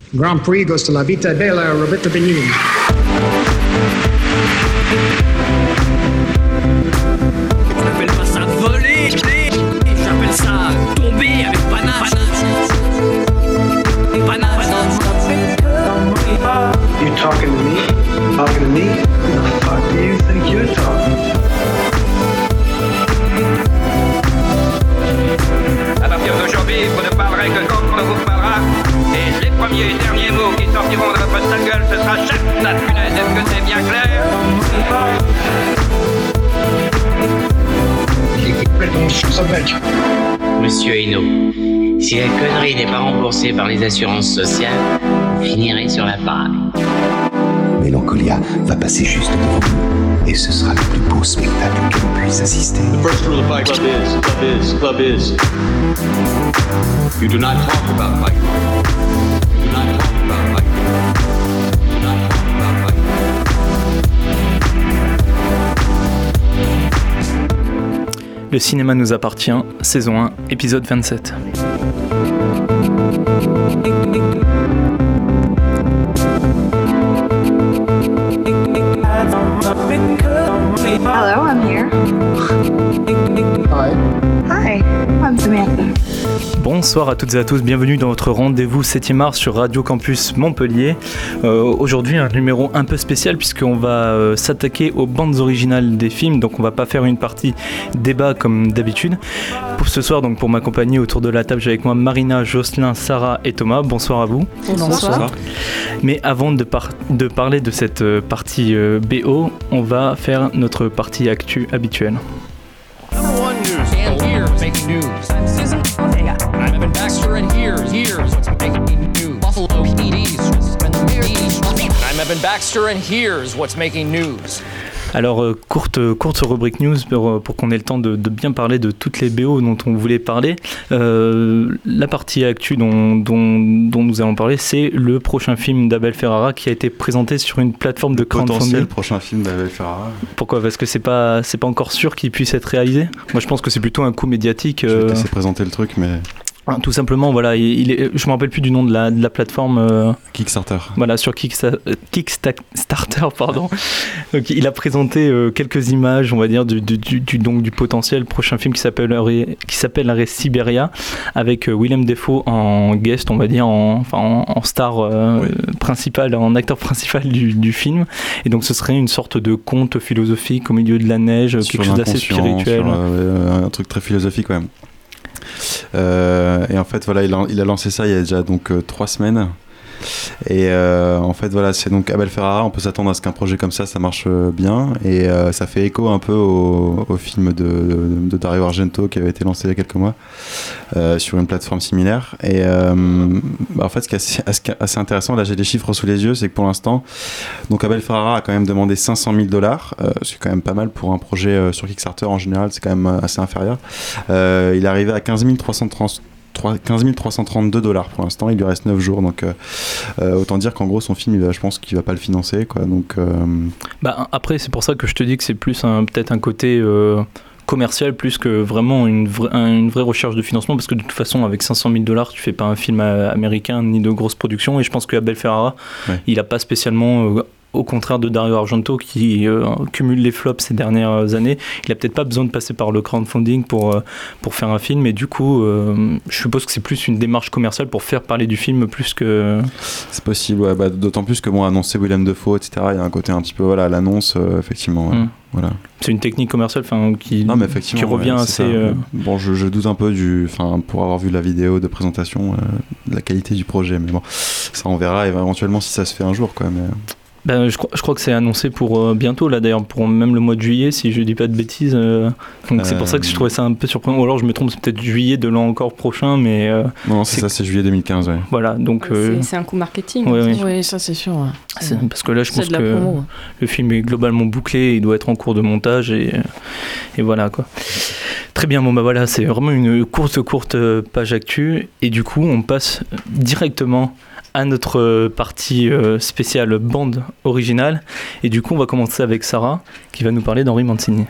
Grand Prix goes to La Vita Bella Roberto Benigni. J'appelle pas ça voler, j'appelle ça tomber avec panache. You talking to me? Talking to me? Who the fuck do you think you're talking to? À partir d'aujourd'hui, vous ne parlerez que comme on vous parlera. Et les premiers et derniers mots qui sortiront de votre sale gueule, ce sera chef, la punaise, est-ce que c'est bien clair? Monsieur Hainaut, si la connerie n'est pas remboursée par les assurances sociales, vous finirez sur la paille. Mélancolia va passer juste devant nous, et ce sera le plus beau spectacle que l'on puisse assister. The first rule of Fight Club is, you do not talk about Fight Club. You do not talk about Fight Club. You do not talk about Fight Club. Le cinéma nous appartient, saison 1, épisode 27. Hello, I'm here. Hi, I'm Samantha. Bonsoir à toutes et à tous, bienvenue dans votre rendez-vous 7e art sur Radio Campus Montpellier. Aujourd'hui un numéro un peu spécial puisqu'on va s'attaquer aux bandes originales des films, donc on va pas faire une partie débat comme d'habitude. Pour ce soir, donc pour m'accompagner autour de la table, j'ai avec moi Marina, Jocelyn, Sarah et Thomas. Bonsoir à vous. Bonsoir. Mais avant de parler de cette partie BO, on va faire notre partie actu habituelle. And here's making news. I'm Susan Ortega. I'm Evan Baxter, and here's what's making news. Buffalo PD's. I'm Evan Baxter, and here's what's making news. Alors, courte rubrique news pour qu'on ait le temps de bien parler de toutes les BO dont on voulait parler. La partie actu dont nous allons parler, c'est le prochain film d'Abel Ferrara qui a été présenté sur une plateforme de crowdfunding. Potentiel prochain film d'Abel Ferrara. Pourquoi ? Parce que c'est pas encore sûr qu'il puisse être réalisé. Moi, je pense que c'est plutôt un coup médiatique. Je vais te laisser présenter le truc, mais... Tout simplement, voilà, je me rappelle plus du nom de la plateforme. Kickstarter. Voilà, sur Kickstarter, pardon. Donc, il a présenté quelques images, on va dire, du potentiel prochain film qui s'appellerait Siberia, avec Willem Dafoe en guest, on va dire, en star principal, en acteur principal du film. Et donc, ce serait une sorte de conte philosophique au milieu de la neige, quelque chose d'assez spirituel. Un truc très philosophique, quand même. Et en fait voilà, il a lancé ça il y a déjà donc 3 semaines. Et en fait voilà, c'est donc Abel Ferrara. On peut s'attendre à ce qu'un projet comme ça marche bien, et ça fait écho un peu au film de Dario Argento qui avait été lancé il y a quelques mois sur une plateforme similaire. Et en fait ce qui est assez intéressant, là j'ai les chiffres sous les yeux, c'est que pour l'instant donc Abel Ferrara a quand même demandé $500,000, c'est quand même pas mal pour un projet sur Kickstarter. En général c'est quand même assez inférieur. Il est arrivé à $15,332 pour l'instant, il lui reste 9 jours, donc autant dire qu'en gros son film, je pense qu'il va pas le financer, quoi. Donc, après c'est pour ça que je te dis que c'est plus peut-être un côté commercial plus que vraiment une vraie recherche de financement, parce que de toute façon avec $500,000 tu fais pas un film américain ni de grosse production, et je pense que Abel Ferrara il a pas spécialement au contraire de Dario Argento qui cumule les flops ces dernières années, il a peut-être pas besoin de passer par le crowdfunding pour faire un film, et du coup je suppose que c'est plus une démarche commerciale pour faire parler du film plus que... C'est possible, ouais, d'autant plus que annoncer Willem Dafoe, etc., il y a un côté un petit peu, voilà, l'annonce, effectivement, voilà. C'est une technique commerciale qui revient assez... Bon, je doute un peu pour avoir vu la vidéo de présentation, de la qualité du projet, mais bon, ça on verra éventuellement si ça se fait un jour, quoi, mais... Je crois que c'est annoncé pour bientôt, là d'ailleurs, pour même le mois de juillet, si je dis pas de bêtises. Donc c'est pour ça que je trouvais ça un peu surprenant. Ou alors je me trompe, c'est peut-être juillet de l'an encore prochain, mais... Non, c'est juillet 2015, ouais. Voilà, donc... C'est un coup marketing. Oui, ça c'est sûr. Ouais. Parce que là, je pense que le film est globalement bouclé, il doit être en cours de montage, et voilà, quoi. Très bien, voilà, c'est vraiment une courte page actu, et du coup, on passe directement à notre partie spéciale bande originale, et du coup on va commencer avec Sarah qui va nous parler d'Henri Mancini.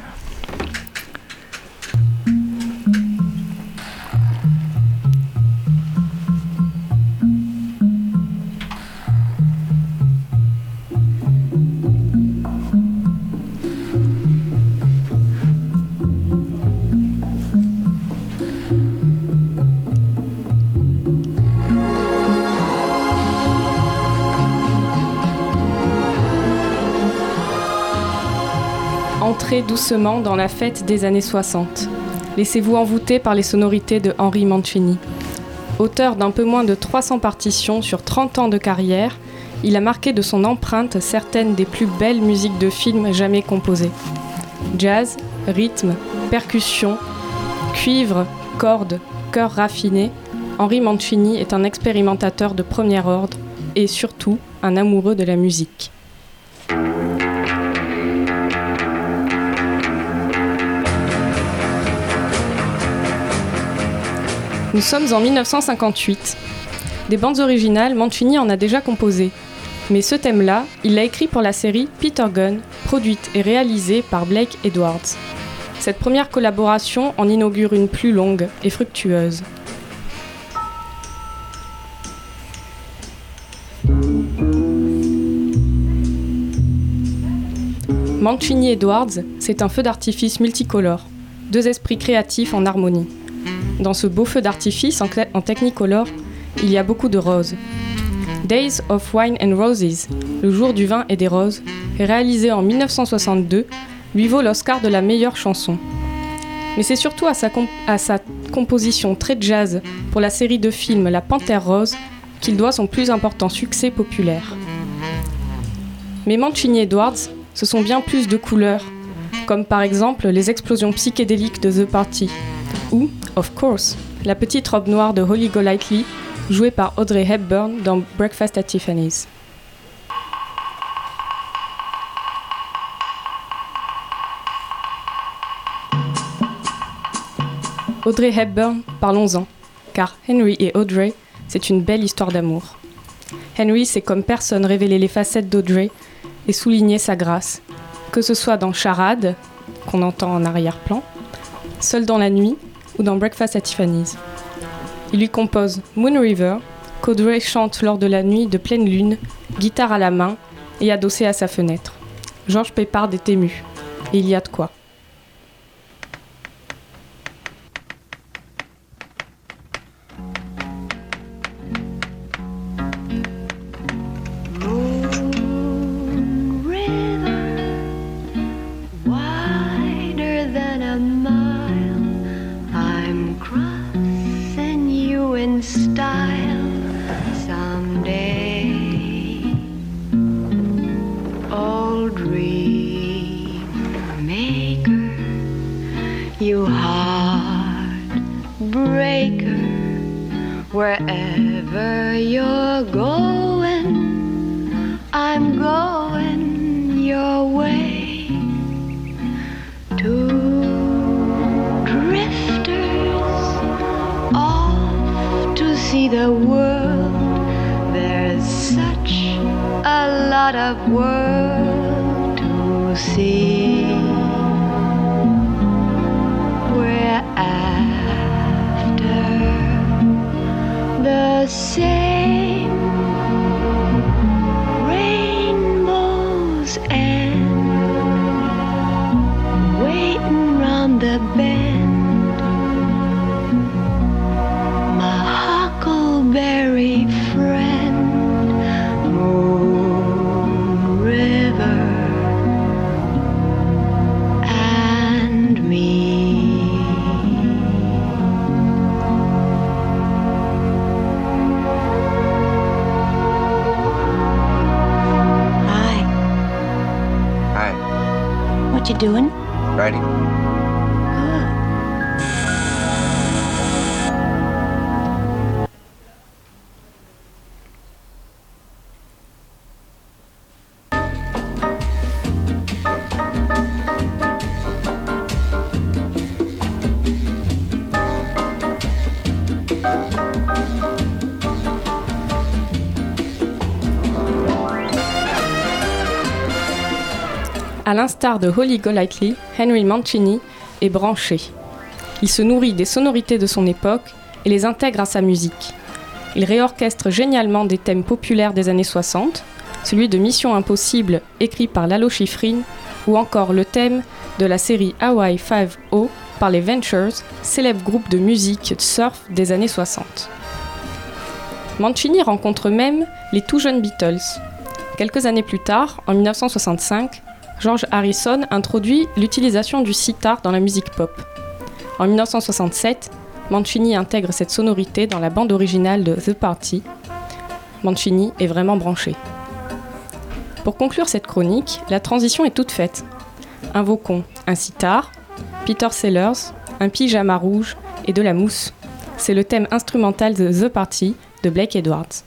entrez doucement dans la fête des années 60. Laissez-vous envoûter par les sonorités de Henry Mancini. Auteur d'un peu moins de 300 partitions sur 30 ans de carrière, il a marqué de son empreinte certaines des plus belles musiques de films jamais composées. Jazz, rythme, percussion, cuivre, cordes, chœur raffiné, Henry Mancini est un expérimentateur de premier ordre et surtout un amoureux de la musique. Nous sommes en 1958. Des bandes originales, Mancini en a déjà composé. Mais ce thème-là, il l'a écrit pour la série Peter Gunn, produite et réalisée par Blake Edwards. Cette première collaboration en inaugure une plus longue et fructueuse. Mancini Edwards, c'est un feu d'artifice multicolore, deux esprits créatifs en harmonie. Dans ce beau feu d'artifice en Technicolor, il y a beaucoup de roses. Days of Wine and Roses, le jour du vin et des roses, réalisé en 1962, lui vaut l'Oscar de la meilleure chanson. Mais c'est surtout à sa composition très jazz pour la série de films La Panthère Rose qu'il doit son plus important succès populaire. Mais Mancini Edwards, ce sont bien plus de couleurs, comme par exemple les explosions psychédéliques de The Party, ou, of course, la petite robe noire de Holly Golightly, jouée par Audrey Hepburn dans Breakfast at Tiffany's. Audrey Hepburn, parlons-en, car Henry et Audrey, c'est une belle histoire d'amour. Henry sait comme personne révéler les facettes d'Audrey et souligner sa grâce, que ce soit dans Charade, qu'on entend en arrière-plan, Seul dans la nuit ou dans Breakfast at Tiffany's. Il lui compose Moon River, qu'Audrey chante lors de la nuit de pleine lune, guitare à la main et adossée à sa fenêtre. George Peppard est ému, et il y a de quoi. Wherever you're going, I'm going your way. Two drifters off to see the world. There's such a lot of world to see. We're the same rainbows and waiting round the bend. My huckleberry friend, Moon River and me. What you doing? Writing. À l'instar de Holly Golightly, Henry Mancini est branché. Il se nourrit des sonorités de son époque et les intègre à sa musique. Il réorchestre génialement des thèmes populaires des années 60, celui de Mission Impossible écrit par Lalo Schifrin, ou encore le thème de la série Hawaii 5-0 par les Ventures, célèbre groupe de musique surf des années 60. Mancini rencontre même les tout jeunes Beatles. Quelques années plus tard, en 1965, George Harrison introduit l'utilisation du sitar dans la musique pop. En 1967, Mancini intègre cette sonorité dans la bande originale de The Party. Mancini est vraiment branché. Pour conclure cette chronique, la transition est toute faite. Invoquons un sitar, Peter Sellers, un pyjama rouge et de la mousse. C'est le thème instrumental de The Party de Blake Edwards.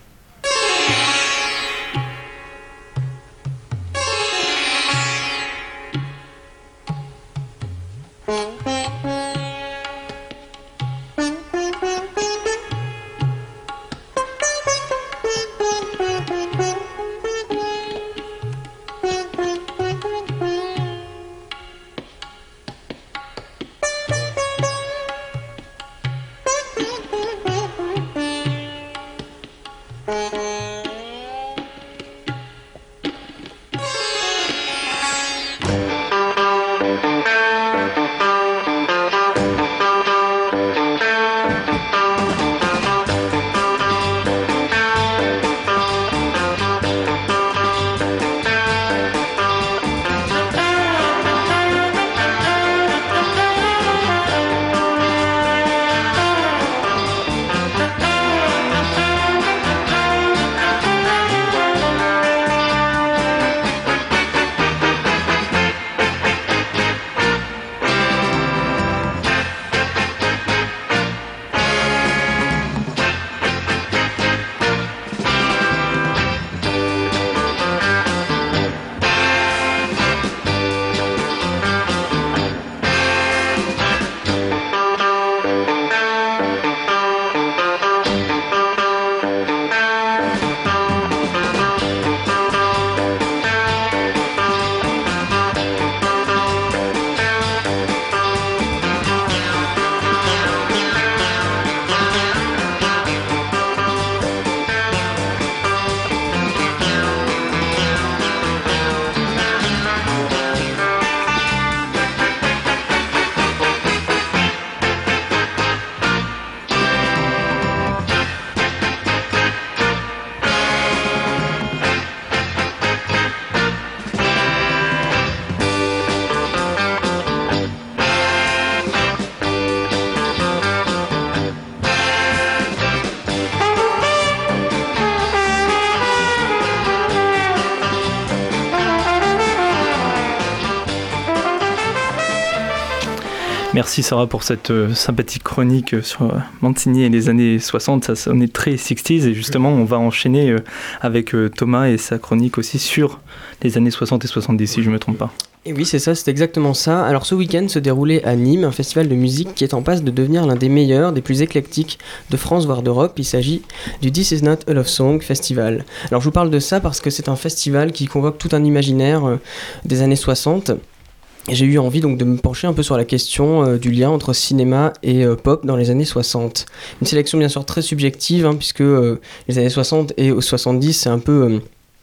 Merci Sarah pour cette sympathique chronique sur Mancini et les années 60, ça sonnait très 60s et justement on va enchaîner avec Thomas et sa chronique aussi sur les années 60 et 70 si je ne me trompe pas. Et oui, c'est ça, c'est exactement ça. Alors ce week-end se déroulait à Nîmes un festival de musique qui est en passe de devenir l'un des meilleurs, des plus éclectiques de France voire d'Europe. Il s'agit du This Is Not a Love Song Festival. Alors je vous parle de ça parce que c'est un festival qui convoque tout un imaginaire des années 60. Et j'ai eu envie donc de me pencher un peu sur la question du lien entre cinéma et pop dans les années 60. Une sélection bien sûr très subjective, puisque les années 60 et 70 c'est un peu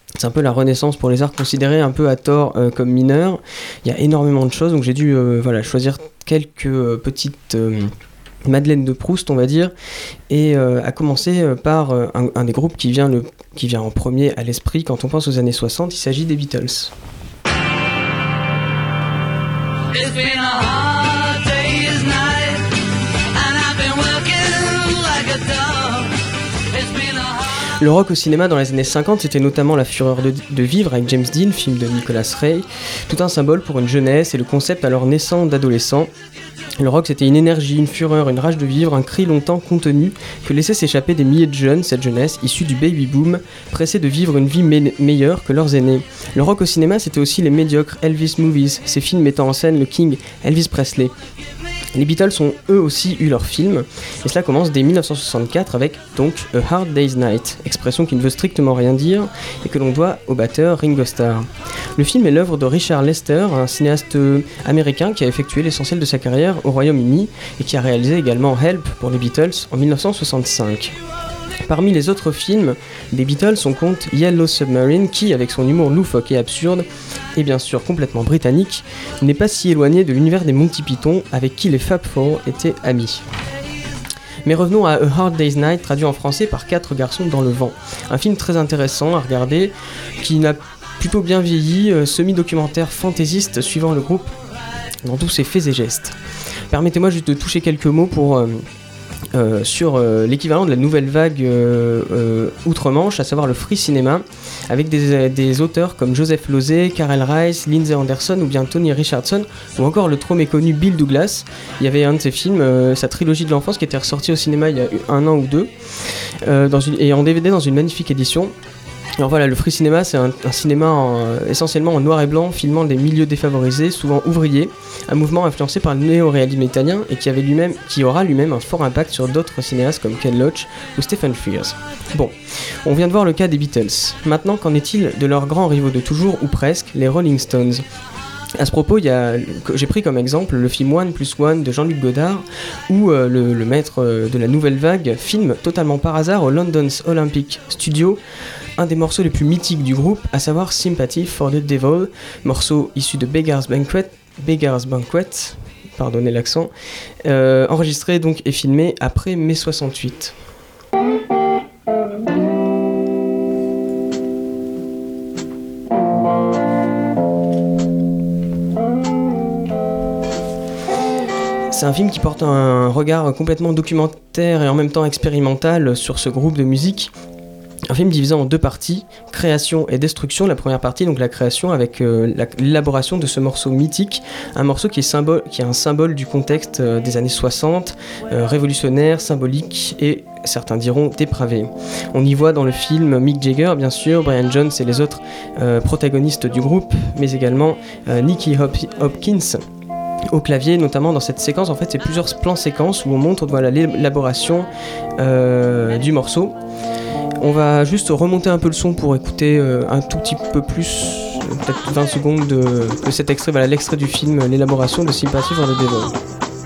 la renaissance pour les arts considérés un peu à tort comme mineurs. Il y a énormément de choses, donc j'ai dû choisir quelques petites Madeleine de Proust, on va dire, et à commencer par un des groupes qui vient en premier à l'esprit quand on pense aux années 60, il s'agit des Beatles. It's been a hard day's night, and I've been working like a dog. It's been a hard... Le rock au cinéma dans les années 50, c'était notamment la fureur de vivre avec James Dean, film de Nicholas Ray, tout un symbole pour une jeunesse et le concept alors naissant d'adolescents. Le rock, c'était une énergie, une fureur, une rage de vivre, un cri longtemps contenu que laissait s'échapper des milliers de jeunes, cette jeunesse issue du baby-boom, pressés de vivre une vie meilleure que leurs aînés. Le rock au cinéma, c'était aussi les médiocres Elvis Movies, ces films mettant en scène le King Elvis Presley. Les Beatles ont eux aussi eu leur film, et cela commence dès 1964 avec donc A Hard Day's Night, expression qui ne veut strictement rien dire et que l'on doit au batteur Ringo Starr. Le film est l'œuvre de Richard Lester, un cinéaste américain qui a effectué l'essentiel de sa carrière au Royaume-Uni et qui a réalisé également Help pour les Beatles en 1965. Parmi les autres films des Beatles, on compte Yellow Submarine qui, avec son humour loufoque et absurde, et bien sûr complètement britannique, n'est pas si éloigné de l'univers des Monty Python avec qui les Fab Four étaient amis. Mais revenons à A Hard Day's Night, traduit en français par 4 garçons dans le vent. Un film très intéressant à regarder, qui n'a plutôt bien vieilli, semi-documentaire fantaisiste suivant le groupe dans tous ses faits et gestes. Permettez-moi juste de toucher quelques mots sur l'équivalent de la nouvelle vague outre-Manche, à savoir le free cinéma, avec des auteurs comme Joseph Losey, Karel Reisz, Lindsay Anderson ou bien Tony Richardson, ou encore le trop méconnu Bill Douglas. Il y avait un de ses films, sa trilogie de l'enfance, qui était ressorti au cinéma il y a 1 an ou 2, et en DVD dans une magnifique édition. Alors voilà, le free cinéma, c'est un cinéma essentiellement en noir et blanc, filmant des milieux défavorisés, souvent ouvriers, un mouvement influencé par le néo-réalisme italien et qui aura lui-même un fort impact sur d'autres cinéastes comme Ken Loach ou Stephen Frears. Bon, on vient de voir le cas des Beatles. Maintenant, qu'en est-il de leurs grands rivaux de toujours, ou presque, les Rolling Stones ? À ce propos, j'ai pris comme exemple le film One Plus One de Jean-Luc Godard, où le maître de la nouvelle vague filme totalement par hasard au London's Olympic Studio un des morceaux les plus mythiques du groupe, à savoir Sympathy for the Devil, morceau issu de Beggar's Banquet, pardonnez l'accent, enregistré donc et filmé après mai 68. C'est un film qui porte un regard complètement documentaire et en même temps expérimental sur ce groupe de musique. Un film divisé en 2 parties, création et destruction. La première partie, donc la création, avec l'élaboration de ce morceau mythique, un morceau qui est un symbole du contexte des années 60, révolutionnaire, symbolique et certains diront dépravé. On y voit dans le film Mick Jagger, bien sûr, Brian Jones et les autres protagonistes du groupe, mais également Nicky Hopkins au clavier, notamment dans cette séquence. En fait, c'est plusieurs plans séquences où on montre l'élaboration du morceau. On va juste remonter un peu le son pour écouter un tout petit peu plus, peut-être 20 secondes de cet extrait, voilà l'extrait du film, l'élaboration de Sympathy for the Devil.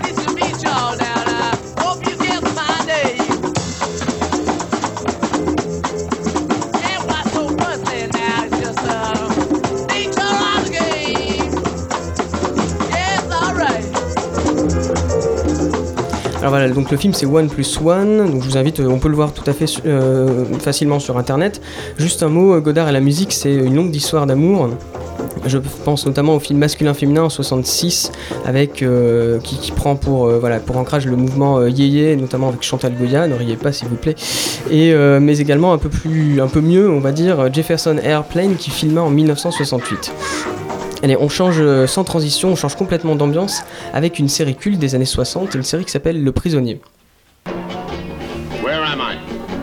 Alors voilà, donc le film c'est One Plus One, donc je vous invite, on peut le voir tout à fait facilement sur internet. Juste un mot, Godard et la musique, c'est une longue histoire d'amour. Je pense notamment au film Masculin-Féminin en 66, avec qui prend pour ancrage le mouvement yéyé, notamment avec Chantal Goya, ne riez pas s'il vous plaît, et mais également un peu mieux, on va dire, Jefferson Airplane qui filma en 1968. Allez, on change sans transition, on change complètement d'ambiance avec une série culte des années 60, une série qui s'appelle Le Prisonnier. Where am I?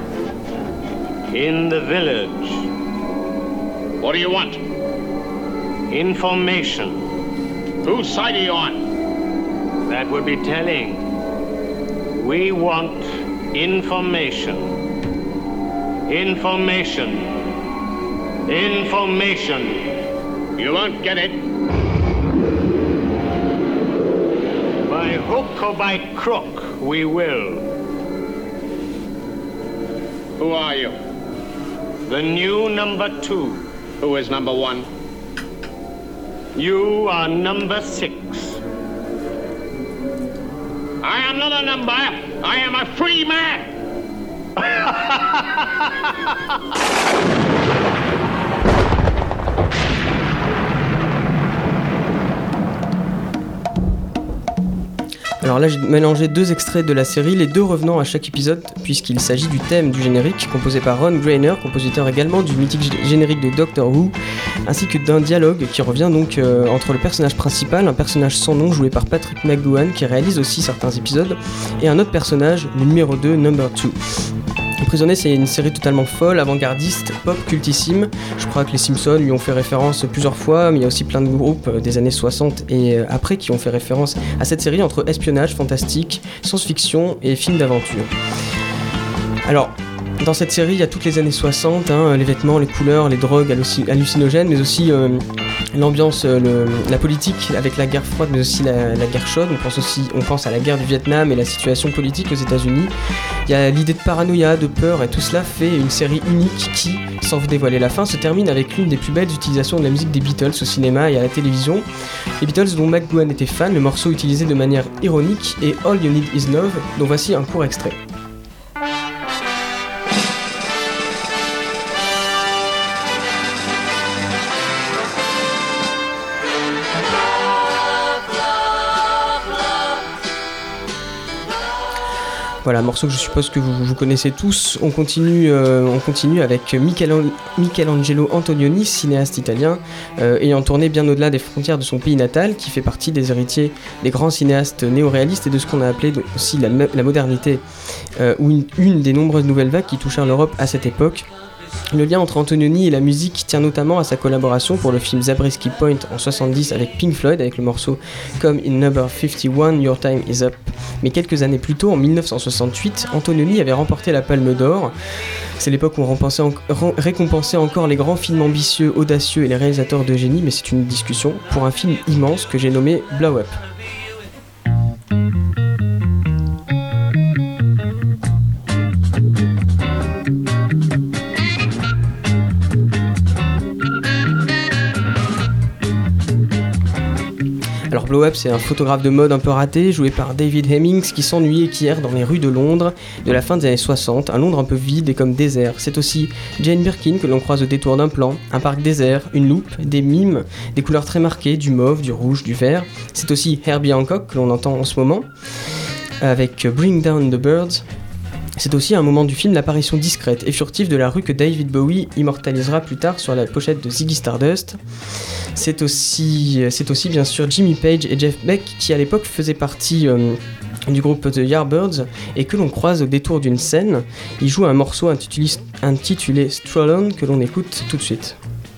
In the village. What do you want? Information. Whose side are you on? That would be telling. We want information. Information. Information. You won't get it. By hook or by crook, we will. Who are you? The new number 2. Who is number 1? You are number 6. I am not a number. I am a free man. Alors là, j'ai mélangé 2 extraits de la série, les 2 revenant à chaque épisode, puisqu'il s'agit du thème du générique, composé par Ron Grainer, compositeur également du mythique générique de Doctor Who, ainsi que d'un dialogue qui revient donc entre le personnage principal, un personnage sans nom joué par Patrick McGoohan, qui réalise aussi certains épisodes, et un autre personnage, le numéro 2, Number 2. Le Prisonnier, c'est une série totalement folle, avant-gardiste, pop cultissime. Je crois que les Simpsons lui ont fait référence plusieurs fois, mais il y a aussi plein de groupes des années 60 et après qui ont fait référence à cette série entre espionnage, fantastique, science-fiction et films d'aventure. Alors, dans cette série, il y a toutes les années 60, les vêtements, les couleurs, les drogues hallucinogènes, mais aussi l'ambiance, la politique avec la guerre froide, mais aussi la guerre chaude. On pense à la guerre du Vietnam et la situation politique aux États-Unis. Il y a l'idée de paranoïa, de peur, et tout cela fait une série unique qui, sans vous dévoiler la fin, se termine avec l'une des plus belles utilisations de la musique des Beatles au cinéma et à la télévision. Les Beatles dont McGoohan était fan, le morceau utilisé de manière ironique et All You Need Is Love, dont voici un court extrait. Voilà, morceau que je suppose que vous connaissez tous. On continue avec Michelangelo Antonioni, cinéaste italien, ayant tourné bien au-delà des frontières de son pays natal, qui fait partie des héritiers des grands cinéastes néo-réalistes et de ce qu'on a appelé aussi la modernité, ou une des nombreuses nouvelles vagues qui touchèrent l'Europe à cette époque. Le lien entre Antonioni et la musique tient notamment à sa collaboration pour le film Zabriskie Point en 70 avec Pink Floyd, avec le morceau Come in Number 51, Your Time is Up. Mais quelques années plus tôt, en 1968, Antonioni avait remporté la Palme d'Or. C'est l'époque où on récompensait encore les grands films ambitieux, audacieux et les réalisateurs de génie, mais c'est une discussion pour un film immense que j'ai nommé Blow Up. Alors Blow Up, c'est un photographe de mode un peu raté, joué par David Hemmings, qui s'ennuyait et qui erre dans les rues de Londres de la fin des années 60, un Londres un peu vide et comme désert. C'est aussi Jane Birkin que l'on croise au détour d'un plan, un parc désert, une loupe, des mimes, des couleurs très marquées, du mauve, du rouge, du vert. C'est aussi Herbie Hancock que l'on entend en ce moment, avec Bring Down the Birds. C'est aussi à un moment du film l'apparition discrète et furtive de la rue que David Bowie immortalisera plus tard sur la pochette de Ziggy Stardust. C'est aussi bien sûr Jimmy Page et Jeff Beck qui à l'époque faisaient partie du groupe The Yardbirds et que l'on croise au détour d'une scène. Ils jouent un morceau intitulé Stroll On que l'on écoute tout de suite.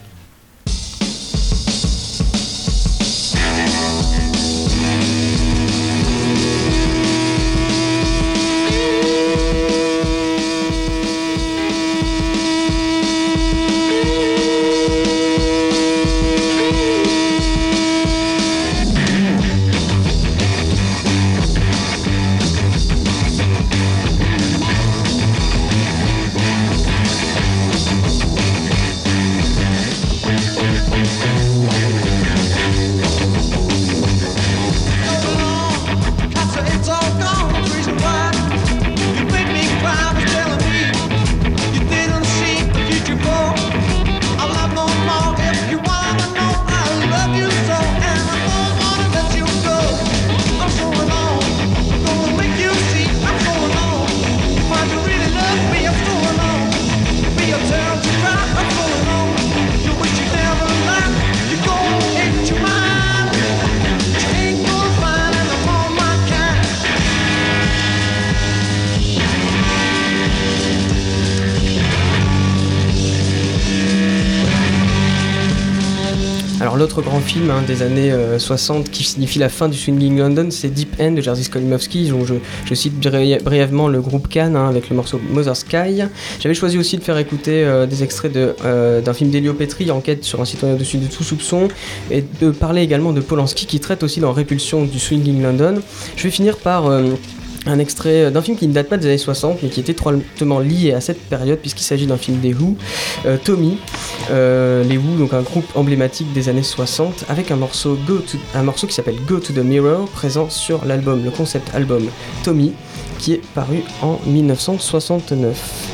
L'autre grand film des années 60 qui signifie la fin du Swinging London, c'est Deep End de Jerzy Skolimowski, dont je cite brièvement le groupe Cannes avec le morceau Mother Sky. J'avais choisi aussi de faire écouter des extraits d'un film d'Elio Petri, Enquête sur un citoyen au-dessus de tout soupçon, et de parler également de Polanski qui traite aussi dans Répulsion du Swinging London. Je vais finir par un extrait d'un film qui ne date pas des années 60 mais qui est étroitement lié à cette période puisqu'il s'agit d'un film des Who, Tommy. Les Who, donc un groupe emblématique des années 60 avec un morceau qui s'appelle Go to the Mirror, présent sur le concept album Tommy qui est paru en 1969.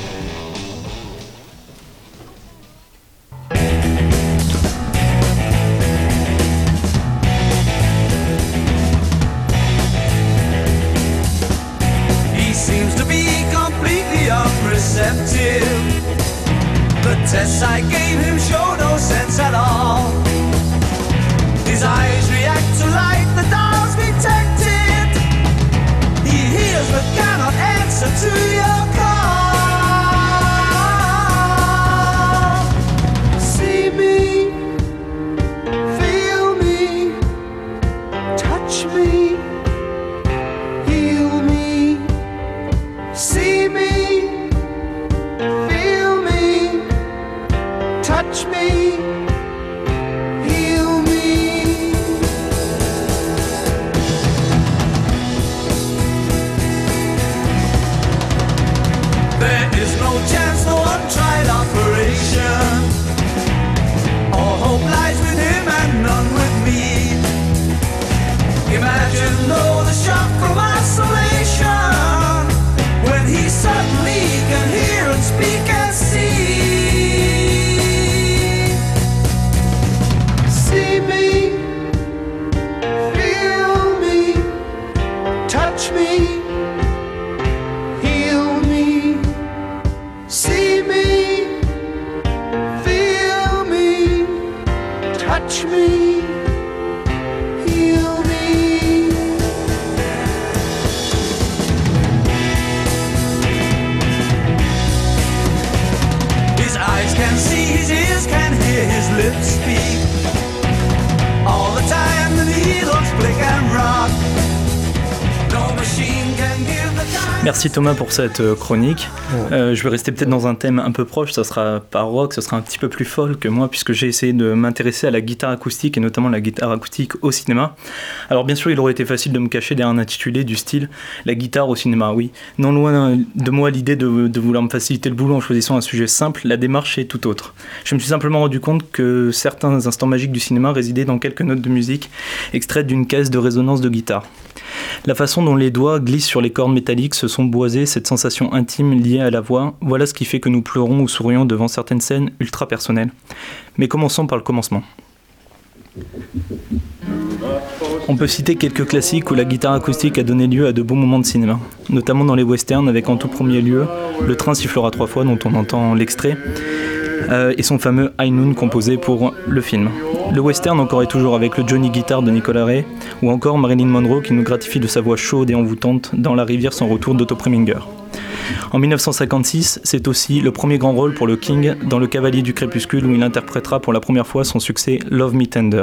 Suddenly can hear and speak and see. the time the needles flick and rock. No machine can give the time. Merci Thomas pour cette chronique. Je vais rester peut-être dans un thème un peu proche, ça sera pas rock, ça sera un petit peu plus folk que moi, puisque j'ai essayé de m'intéresser à la guitare acoustique, et notamment la guitare acoustique au cinéma. Alors bien sûr, il aurait été facile de me cacher derrière un intitulé du style « La guitare au cinéma », oui. Non loin de moi l'idée de vouloir me faciliter le boulot en choisissant un sujet simple, la démarche est tout autre. Je me suis simplement rendu compte que certains instants magiques du cinéma résidaient dans quelques notes de musique extraites d'une caisse de résonance de guitare. La façon dont les doigts glissent sur les cordes métalliques se sont boisées, cette sensation intime liée à la voix, voilà ce qui fait que nous pleurons ou sourions devant certaines scènes ultra personnelles. Mais commençons par le commencement. On peut citer quelques classiques où la guitare acoustique a donné lieu à de beaux moments de cinéma, notamment dans les westerns avec en tout premier lieu Le train sifflera 3 fois dont on entend l'extrait, et son fameux High Noon composé pour le film. Le western encore et toujours avec le Johnny Guitar de Nicolas Ray, ou encore Marilyn Monroe qui nous gratifie de sa voix chaude et envoûtante dans La rivière sans retour d'Otto Preminger. En 1956, c'est aussi le premier grand rôle pour le King dans Le Cavalier du Crépuscule où il interprétera pour la première fois son succès Love Me Tender.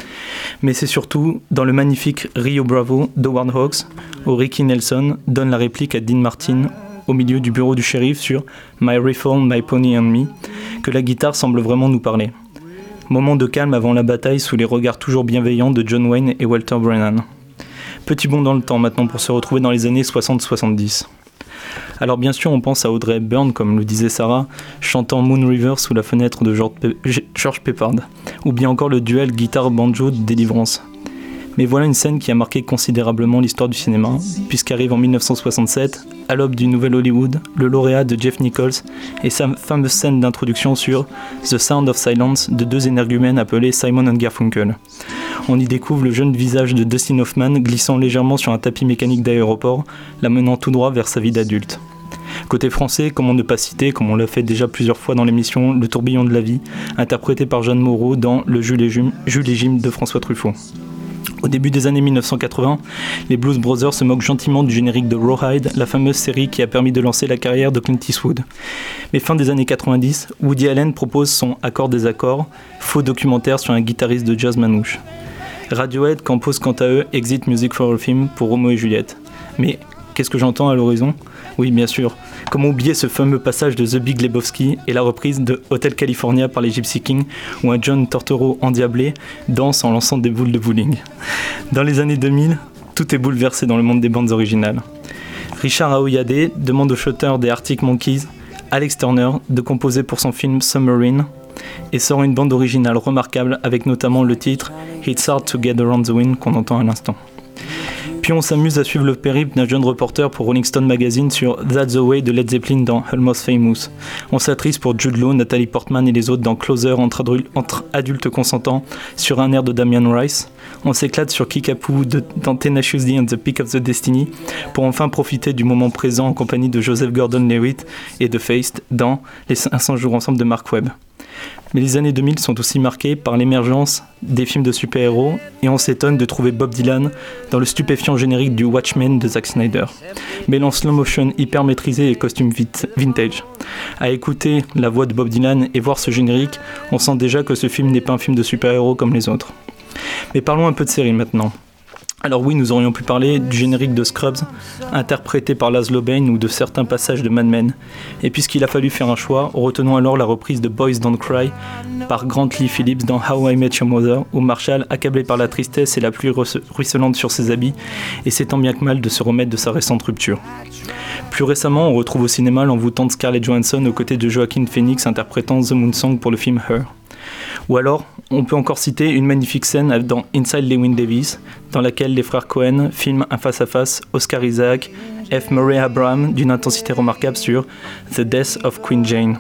Mais c'est surtout dans le magnifique Rio Bravo d'Howard Hawks où Ricky Nelson donne la réplique à Dean Martin au milieu du bureau du shérif sur My Rifle, My Pony and Me que la guitare semble vraiment nous parler. Moment de calme avant la bataille sous les regards toujours bienveillants de John Wayne et Walter Brennan. Petit bond dans le temps maintenant pour se retrouver dans les années 60-70. Alors bien sûr on pense à Audrey Hepburn, comme le disait Sarah, chantant Moon River sous la fenêtre de George Peppard, ou bien encore le duel guitare-banjo de Délivrance. Mais voilà une scène qui a marqué considérablement l'histoire du cinéma, puisqu'arrive en 1967, à l'aube du Nouvel Hollywood, le lauréat de Jeff Nichols et sa fameuse scène d'introduction sur The Sound of Silence de 2 énergumènes appelés Simon and Garfunkel. On y découvre le jeune visage de Dustin Hoffman glissant légèrement sur un tapis mécanique d'aéroport, l'amenant tout droit vers sa vie d'adulte. Côté français, comment ne pas citer, comme on l'a fait déjà plusieurs fois dans l'émission, Le tourbillon de la vie, interprété par Jeanne Moreau dans Le Jules et Jim de François Truffaut. Au début des années 1980, les Blues Brothers se moquent gentiment du générique de Rawhide, la fameuse série qui a permis de lancer la carrière de Clint Eastwood. Mais fin des années 90, Woody Allen propose son Accord des accords, faux documentaire sur un guitariste de jazz manouche. Radiohead compose quant à eux Exit Music for a Film pour Roméo et Juliette. Mais qu'est-ce que j'entends à l'horizon ? Oui, bien sûr. Comment oublier ce fameux passage de The Big Lebowski et la reprise de Hotel California par les Gypsy Kings où un John Turturro endiablé danse en lançant des boules de bowling. Dans les années 2000, tout est bouleversé dans le monde des bandes originales. Richard Aoyade demande au chanteur des Arctic Monkeys, Alex Turner, de composer pour son film Submarine et sort une bande originale remarquable avec notamment le titre It's Hard to Get Around the Wind qu'on entend à l'instant. Puis on s'amuse à suivre le périple d'un jeune reporter pour Rolling Stone Magazine sur That's the Way de Led Zeppelin dans Almost Famous. On s'attriste pour Jude Law, Natalie Portman et les autres dans Closer entre adultes consentants sur un air de Damien Rice. On s'éclate sur Kickapoo dans Tenacious D and the Peak of the Destiny pour enfin profiter du moment présent en compagnie de Joseph Gordon-Levitt et de Feist dans Les 500 jours ensemble de Mark Webb. Mais les années 2000 sont aussi marquées par l'émergence des films de super-héros et on s'étonne de trouver Bob Dylan dans le stupéfiant générique du Watchmen de Zack Snyder. Mélange slow-motion hyper maîtrisé et costume vintage. À écouter la voix de Bob Dylan et voir ce générique, on sent déjà que ce film n'est pas un film de super-héros comme les autres. Mais parlons un peu de série maintenant. Alors oui, nous aurions pu parler du générique de Scrubs, interprété par Laszlo Bain, ou de certains passages de Mad Men. Et puisqu'il a fallu faire un choix, retenons alors la reprise de Boys Don't Cry par Grant Lee Phillips dans How I Met Your Mother, où Marshall, accablé par la tristesse et la pluie ruisselante sur ses habits, essaie tant bien que mal de se remettre de sa récente rupture. Plus récemment, on retrouve au cinéma l'envoûtante Scarlett Johansson aux côtés de Joaquin Phoenix interprétant The Moon Song pour le film Her. Ou alors, on peut encore citer une magnifique scène dans Inside Llewyn Davis, dans laquelle les frères Coen filment un face-à-face Oscar Isaac, F. Murray Abraham d'une intensité remarquable sur The Death of Queen Jane.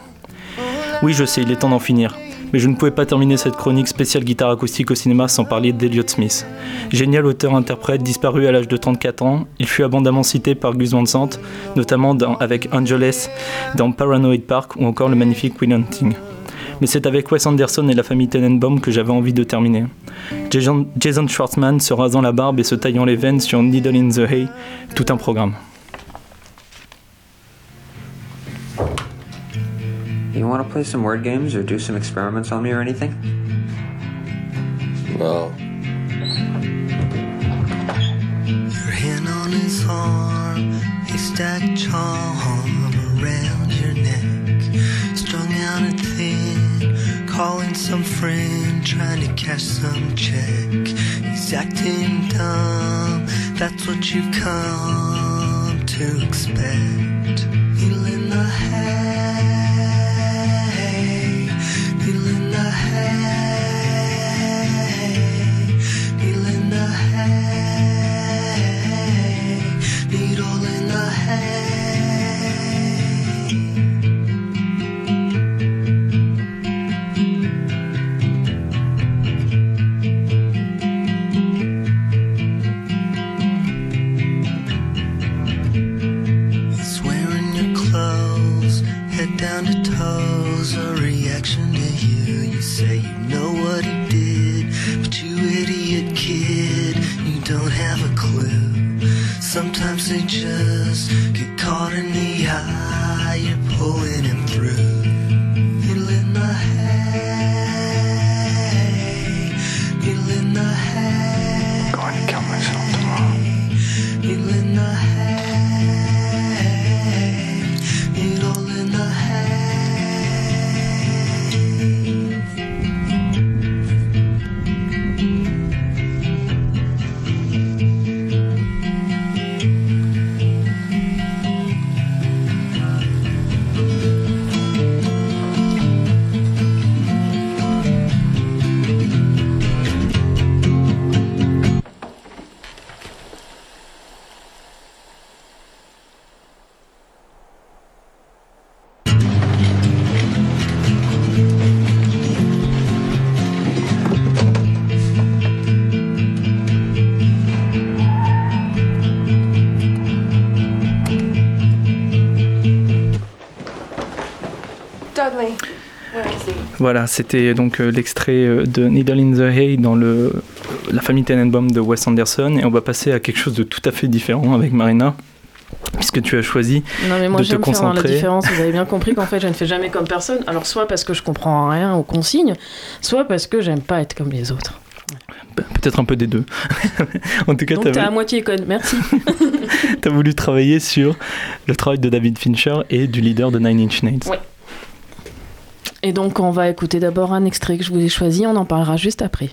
Oui, je sais, il est temps d'en finir. Mais je ne pouvais pas terminer cette chronique spéciale guitare acoustique au cinéma sans parler d'Elliott Smith. Génial auteur-interprète disparu à l'âge de 34 ans, il fut abondamment cité par Gus Van Sant, notamment avec Angeles dans Paranoid Park ou encore le magnifique Will Hunting. Mais c'est avec Wes Anderson et la famille Tenenbaum que j'avais envie de terminer. Jason Schwartzman se rasant la barbe et se taillant les veines sur Needle in the Hay, tout un programme. You want to play some word games or do some experiments on me or anything? Well, arm, haystack charm around your neck, strung out and thin, calling some friend, trying to cash some check. He's acting dumb, that's what you've come to expect. Feeling the hay, feeling the hay, feeling the hay, needle in the hay. Down to toes, a reaction to you. You say you know what he did, but you idiot kid, you don't have a clue. Sometimes they just get caught in the eye, you're pulling him through. Feeling the hay, feeling the hay. I'm going to kill myself tomorrow. Feeling the hay. Voilà, c'était donc l'extrait de Needle in the Hay dans La famille Tenenbaum de Wes Anderson, et on va passer à quelque chose de tout à fait différent avec Marina, puisque tu as choisi de te concentrer. Non mais moi j'aime faire la différence, vous avez bien compris qu'en fait je ne fais jamais comme personne, alors soit parce que je comprends rien aux consignes, soit parce que j'aime pas être comme les autres. Peut-être un peu des deux. En tout cas, donc t'es à moitié conne, merci. T'as voulu travailler sur le travail de David Fincher et du leader de Nine Inch Nails. Ouais. Et donc on va écouter d'abord un extrait que je vous ai choisi, on en parlera juste après.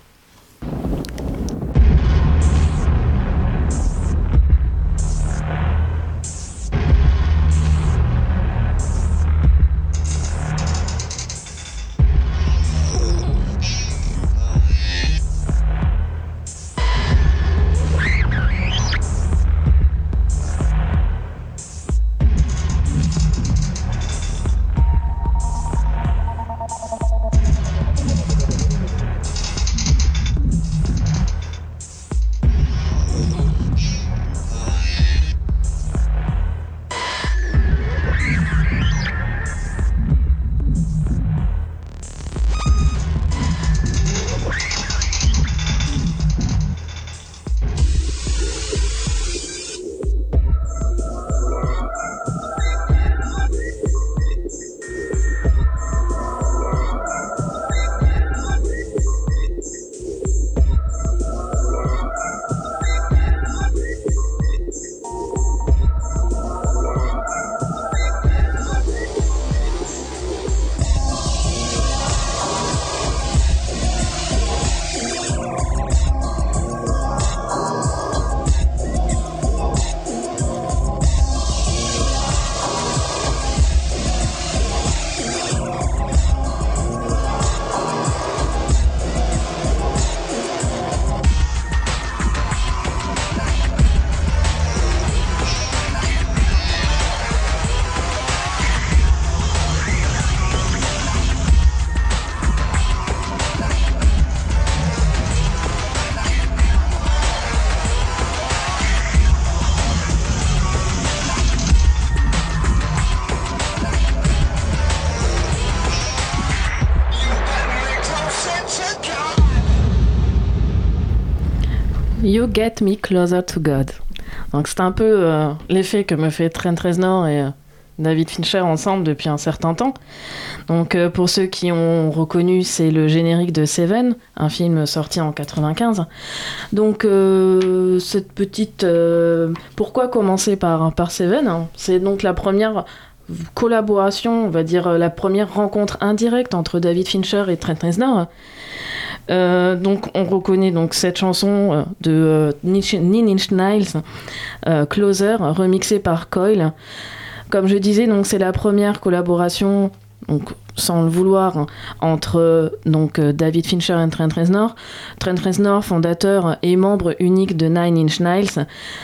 You Get Me Closer to God. Donc c'est un peu l'effet que me fait Trent Reznor et David Fincher ensemble depuis un certain temps. Donc pour ceux qui ont reconnu, c'est le générique de Seven, un film sorti en 95. Donc cette petite... pourquoi commencer par Seven, hein? C'est donc la première collaboration, on va dire la première rencontre indirecte entre David Fincher et Trent Reznor. Donc on reconnaît donc cette chanson de Nine Inch Nails, Closer, remixée par Coil. Comme je disais, donc c'est la première collaboration, donc sans le vouloir, entre donc David Fincher et Trent Reznor. Trent Reznor, fondateur et membre unique de Nine Inch Nails.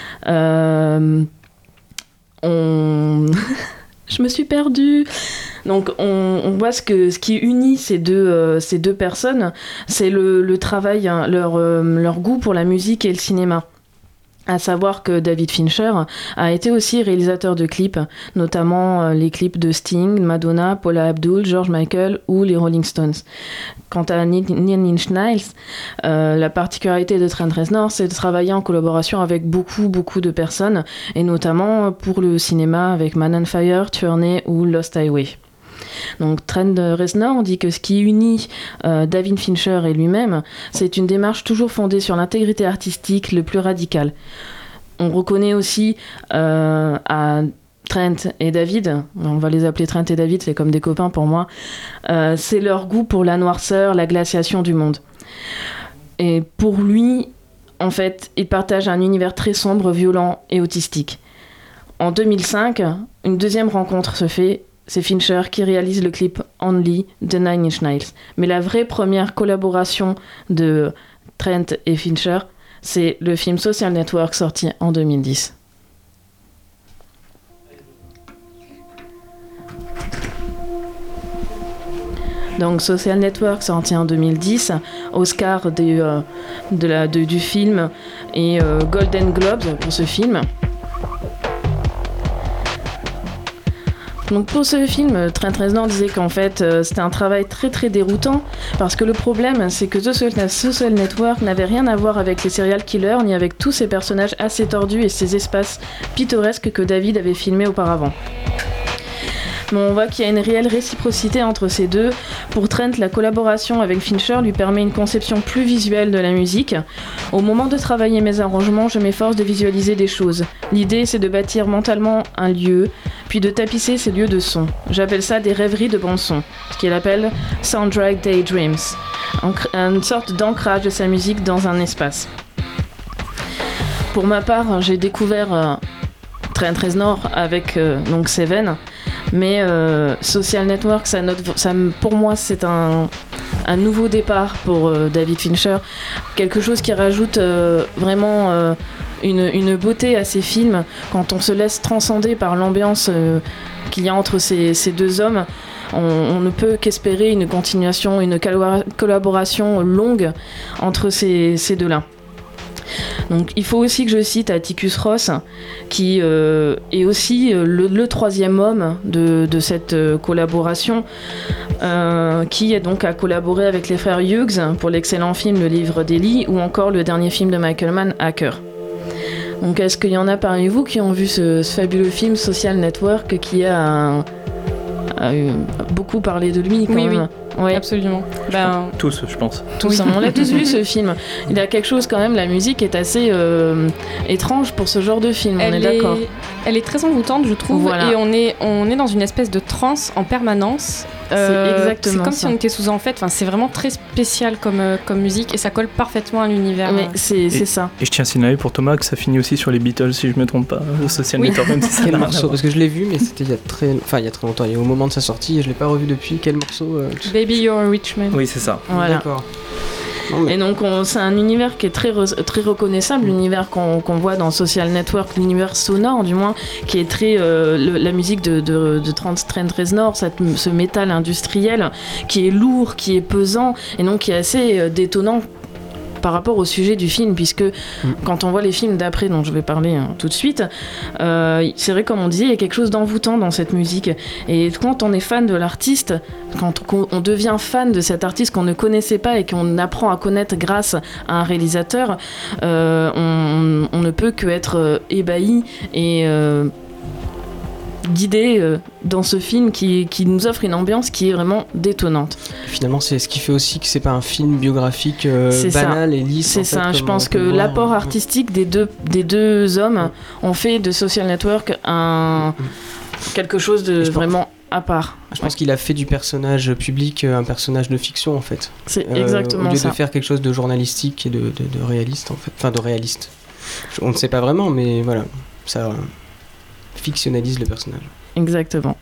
Je me suis perdue. Donc on voit ce qui unit ces deux personnes, c'est le travail, hein, leur goût pour la musique et le cinéma. À savoir que David Fincher a été aussi réalisateur de clips, notamment les clips de Sting, Madonna, Paula Abdul, George Michael ou les Rolling Stones. Quant à Nine Inch Nails, la particularité de Trent Reznor, c'est de travailler en collaboration avec beaucoup de personnes, et notamment pour le cinéma avec Man on Fire, Tierney ou Lost Highway. Donc Trent Reznor dit que ce qui unit David Fincher et lui-même, c'est une démarche toujours fondée sur l'intégrité artistique le plus radicale. On reconnaît aussi à Trent et David, on va les appeler Trent et David, c'est comme des copains pour moi, c'est leur goût pour la noirceur, la glaciation du monde. Et pour lui, en fait, ils partagent un univers très sombre, violent et autistique. En 2005, une deuxième rencontre se fait. C'est Fincher qui réalise le clip Only de Nine Inch Nails. Mais la vraie première collaboration de Trent et Fincher, c'est le film Social Network sorti en 2010. Donc Social Network sorti en 2010, Oscar du film et Golden Globes pour ce film. Donc pour ce film, Trent Reznor disait qu'en fait c'était un travail très déroutant parce que le problème c'est que The Social Network n'avait rien à voir avec les serial killers ni avec tous ces personnages assez tordus et ces espaces pittoresques que David avait filmés auparavant. Mais on voit qu'il y a une réelle réciprocité entre ces deux. Pour Trent, la collaboration avec Fincher lui permet une conception plus visuelle de la musique. Au moment de travailler mes arrangements, je m'efforce de visualiser des choses. L'idée, c'est de bâtir mentalement un lieu, puis de tapisser ces lieux de son. J'appelle ça des rêveries de bon son, ce qu'il appelle Soundtrack Daydreams, une sorte d'ancrage de sa musique dans un espace. Pour ma part, j'ai découvert Trent Reznor avec donc Seven, mais Social Network, pour moi, c'est un nouveau départ pour David Fincher, quelque chose qui rajoute vraiment une beauté à ses films quand on se laisse transcender par l'ambiance qu'il y a entre ces deux hommes. On ne peut qu'espérer une continuation, une collaboration longue entre ces deux-là. Donc il faut aussi que je cite Atticus Ross, qui est aussi le troisième homme de cette collaboration, qui donc a collaboré avec les frères Hughes pour l'excellent film Le Livre d'Eli, ou encore le dernier film de Michael Mann, Hacker. Donc est-ce qu'il y en a parmi vous qui ont vu ce fabuleux film Social Network qui a beaucoup parlé de lui quand même. Oui. Ouais. Absolument. Tous, je pense. Tous, on l'a tous vu ce film. Il y a quelque chose quand même, la musique est assez étrange pour ce genre de film, on est d'accord. Elle est très envoûtante, je trouve, voilà. Et on est dans une espèce de transe en permanence. C'est exactement c'est comme ça. si on était sous en fait. Enfin, c'est vraiment très spécial comme musique et ça colle parfaitement à l'univers. Mais c'est ça. Et je tiens à signaler pour Thomas que ça finit aussi sur les Beatles, si je me trompe pas, au Social Network. Même si ça Quel n'a rien à morceau? voir. Parce que je l'ai vu, mais c'était il y a très longtemps. Et au moment de sa sortie, et je l'ai pas revu depuis. Quel morceau Baby You're a Rich Man. Oui, c'est ça. Voilà. D'accord. Et donc c'est un univers qui est très reconnaissable, l'univers qu'on voit dans Social Network, l'univers sonore du moins, qui est très la musique de Trent Reznor, ce métal industriel qui est lourd, qui est pesant et donc qui est assez détonnant par rapport au sujet du film, puisque quand on voit les films d'après, dont je vais parler tout de suite, c'est vrai, comme on disait, il y a quelque chose d'envoûtant dans cette musique. Et quand on est fan de l'artiste, quand on devient fan de cet artiste qu'on ne connaissait pas et qu'on apprend à connaître grâce à un réalisateur, on ne peut que être ébahi et guidée dans ce film qui nous offre une ambiance qui est vraiment détonnante. Finalement, c'est ce qui fait aussi que c'est pas un film biographique banal et lisse. C'est ça, je pense que l'apport artistique des deux hommes ont fait de Social Network quelque chose de vraiment à part. Je pense qu'il a fait du personnage public un personnage de fiction en fait. C'est exactement ça. Au lieu de faire quelque chose de journalistique et de réaliste en fait. Enfin de réaliste. On ne sait pas vraiment, mais voilà, ça fictionnalise le personnage. Exactement.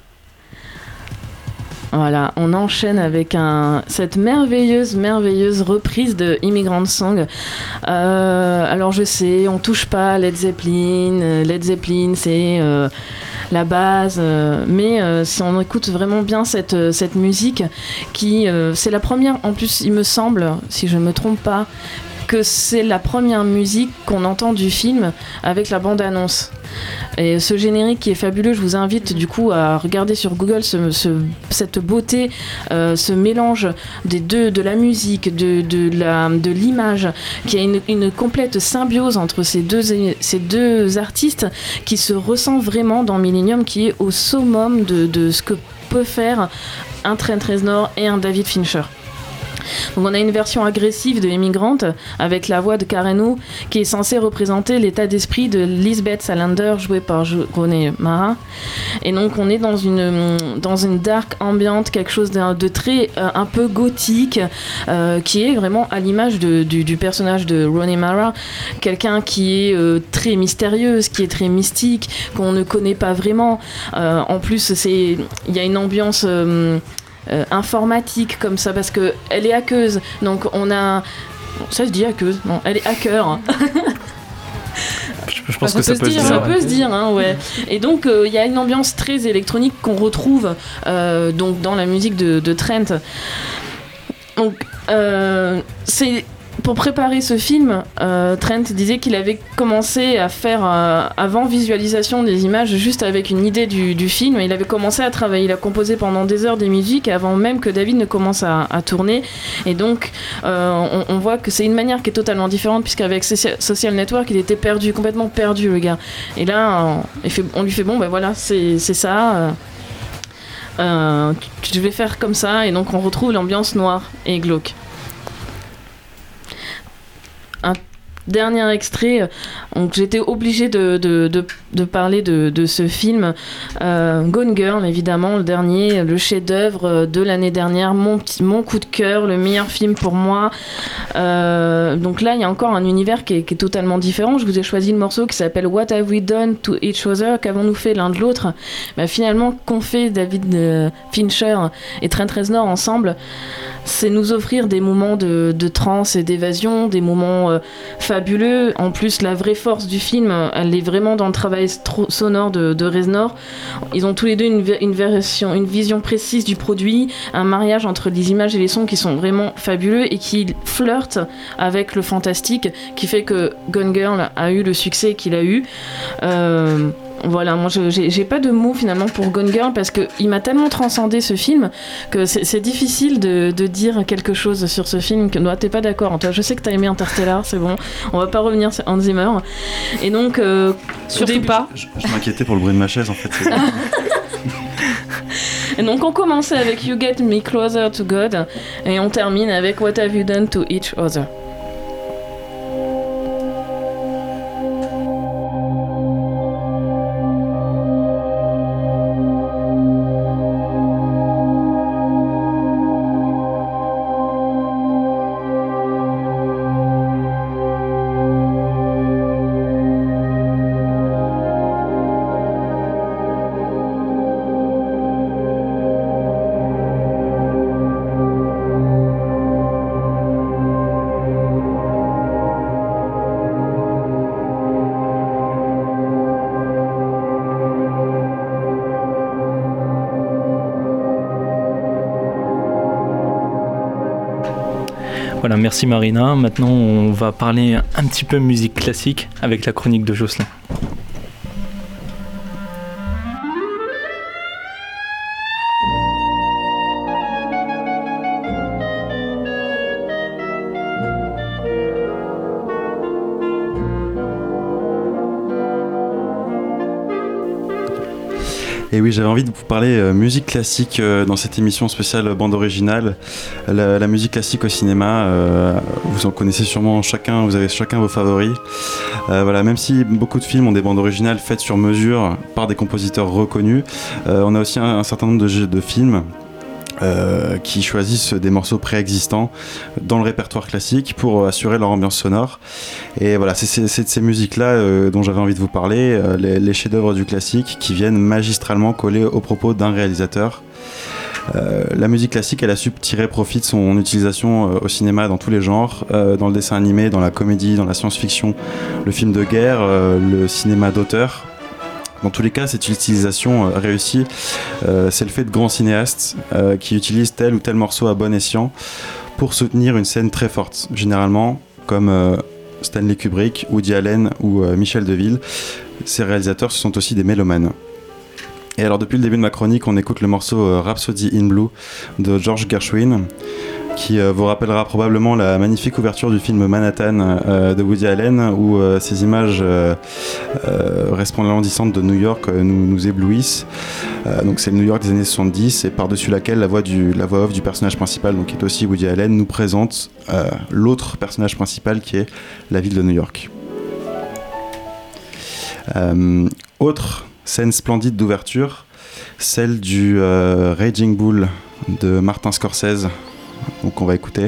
Voilà, on enchaîne avec cette merveilleuse reprise de Immigrant Song. Alors je sais, on touche pas Led Zeppelin. Led Zeppelin, c'est la base. Mais si on écoute vraiment bien cette musique, qui c'est la première, en plus il me semble, si je ne me trompe pas, que c'est la première musique qu'on entend du film avec la bande-annonce. Et ce générique qui est fabuleux, je vous invite du coup à regarder sur Google cette beauté, ce mélange de la musique, de l'image, qui a une complète symbiose entre ces deux artistes qui se ressent vraiment dans Millennium, qui est au summum de ce que peut faire un Trent Reznor et un David Fincher. Donc on a une version agressive de Immigrant avec la voix de Karen O qui est censée représenter l'état d'esprit de Lisbeth Salander jouée par Rooney Mara. Et donc on est dans une dark ambiante, quelque chose de très un peu gothique qui est vraiment à l'image du personnage de Rooney Mara, quelqu'un qui est très mystérieuse, qui est très mystique, qu'on ne connaît pas vraiment. En plus il y a une ambiance informatique comme ça parce que elle est hackeuse, donc on a ça se dit hackeuse, non elle est hacker. Je pense que ça peut se dire. Ça peut se dire, hein, ouais. Et donc il y a une ambiance très électronique qu'on retrouve donc dans la musique de Trent. Donc c'est pour préparer ce film, Trent disait qu'il avait commencé à faire, avant visualisation des images, juste avec une idée du film. Il avait commencé à travailler, il a composé pendant des heures des musiques avant même que David ne commence à tourner. Et donc, on voit que c'est une manière qui est totalement différente, puisqu'avec Social Network, il était perdu, complètement perdu, le gars. Et là, on lui fait, bon, ben voilà, c'est ça. Je vais faire comme ça. Et donc, on retrouve l'ambiance noire et glauque. Un dernier extrait, donc j'étais obligée de parler de ce film, Gone Girl évidemment, le dernier, le chef-d'œuvre de l'année dernière, mon coup de cœur, le meilleur film pour moi. Donc là il y a encore un univers qui est totalement différent. Je vous ai choisi le morceau qui s'appelle What Have We Done to Each Other, qu'avons-nous fait l'un de l'autre. Finalement, qu'ont fait David Fincher et Trent Reznor ensemble, c'est nous offrir des moments de transe et d'évasion, des moments fabuleux. En plus, la vraie force du film, elle est vraiment dans le travail sonore de Reznor. Ils ont tous les deux une vision précise du produit, un mariage entre les images et les sons qui sont vraiment fabuleux et qui flirtent avec le fantastique, qui fait que Gone Girl a eu le succès qu'il a eu. Voilà, moi j'ai pas de mots finalement pour Gone Girl parce qu'il m'a tellement transcendé ce film que c'est difficile de dire quelque chose sur ce film. Non, t'es pas d'accord, toi, je sais que t'as aimé Interstellar, c'est bon, on va pas revenir sur Hans Zimmer. Et donc, surtout pas. Je m'inquiétais pour le bruit de ma chaise en fait. Et donc on commençait avec You Get Me Closer to God et on termine avec What Have You Done to Each Other. Voilà, merci Marina. Maintenant, on va parler un petit peu musique classique avec la chronique de Jocelyn. Et oui, j'avais envie de vous parler musique classique dans cette émission spéciale bande originale. La musique classique au cinéma, vous en connaissez sûrement chacun, vous avez chacun vos favoris. Voilà, même si beaucoup de films ont des bandes originales faites sur mesure par des compositeurs reconnus, on a aussi un certain nombre de films qui choisissent des morceaux préexistants dans le répertoire classique pour assurer leur ambiance sonore. Et voilà, c'est de ces musiques-là dont j'avais envie de vous parler, les chefs-d'œuvre du classique qui viennent magistralement coller aux propos d'un réalisateur. La musique classique, elle a su tirer profit de son utilisation au cinéma dans tous les genres, dans le dessin animé, dans la comédie, dans la science-fiction, le film de guerre, le cinéma d'auteur. Dans tous les cas, cette utilisation réussie, c'est le fait de grands cinéastes qui utilisent tel ou tel morceau à bon escient pour soutenir une scène très forte. Généralement, comme Stanley Kubrick, Woody Allen ou Michel Deville, ces réalisateurs, ce sont aussi des mélomanes. Et alors, depuis le début de ma chronique, on écoute le morceau Rhapsody in Blue de George Gershwin, qui vous rappellera probablement la magnifique ouverture du film Manhattan de Woody Allen, où ces images resplendissantes de New York nous éblouissent. Donc c'est le New York des années 70, et par-dessus laquelle la voix off du personnage principal, donc qui est aussi Woody Allen, nous présente l'autre personnage principal qui est la ville de New York. Autre scène splendide d'ouverture, celle du Raging Bull de Martin Scorsese. Donc on va écouter.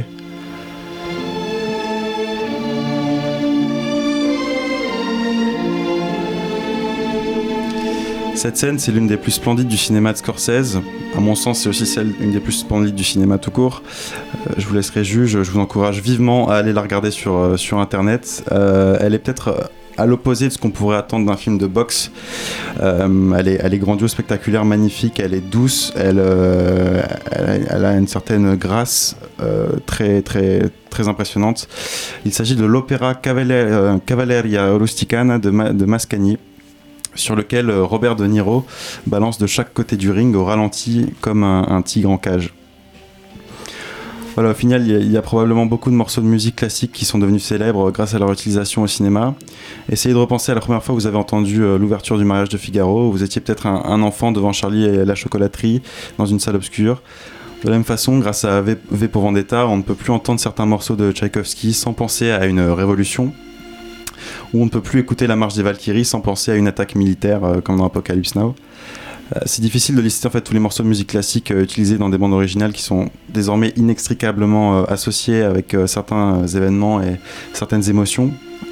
Cette scène, c'est l'une des plus splendides du cinéma de Scorsese. À mon sens, c'est aussi une des plus splendides du cinéma tout court. Je vous laisserai juge, je vous encourage vivement à aller la regarder sur Internet. Elle est peut-être à l'opposé de ce qu'on pourrait attendre d'un film de boxe. Elle est grandiose, spectaculaire, magnifique, elle est douce, elle a une certaine grâce très, très, très impressionnante. Il s'agit de l'opéra Cavalleria Rusticana de Mascagni, sur lequel Robert De Niro balance de chaque côté du ring au ralenti comme un tigre en cage. Voilà, au final, il y a probablement beaucoup de morceaux de musique classique qui sont devenus célèbres grâce à leur utilisation au cinéma. Essayez de repenser à la première fois que vous avez entendu l'ouverture du Mariage de Figaro. Vous étiez peut-être un enfant devant Charlie et la chocolaterie dans une salle obscure. De la même façon, grâce à V pour Vendetta, on ne peut plus entendre certains morceaux de Tchaïkovski sans penser à une révolution. Ou on ne peut plus écouter la marche des Valkyries sans penser à une attaque militaire comme dans Apocalypse Now. C'est difficile de lister en fait tous les morceaux de musique classique utilisés dans des bandes originales qui sont désormais inextricablement associés avec certains événements et certaines émotions.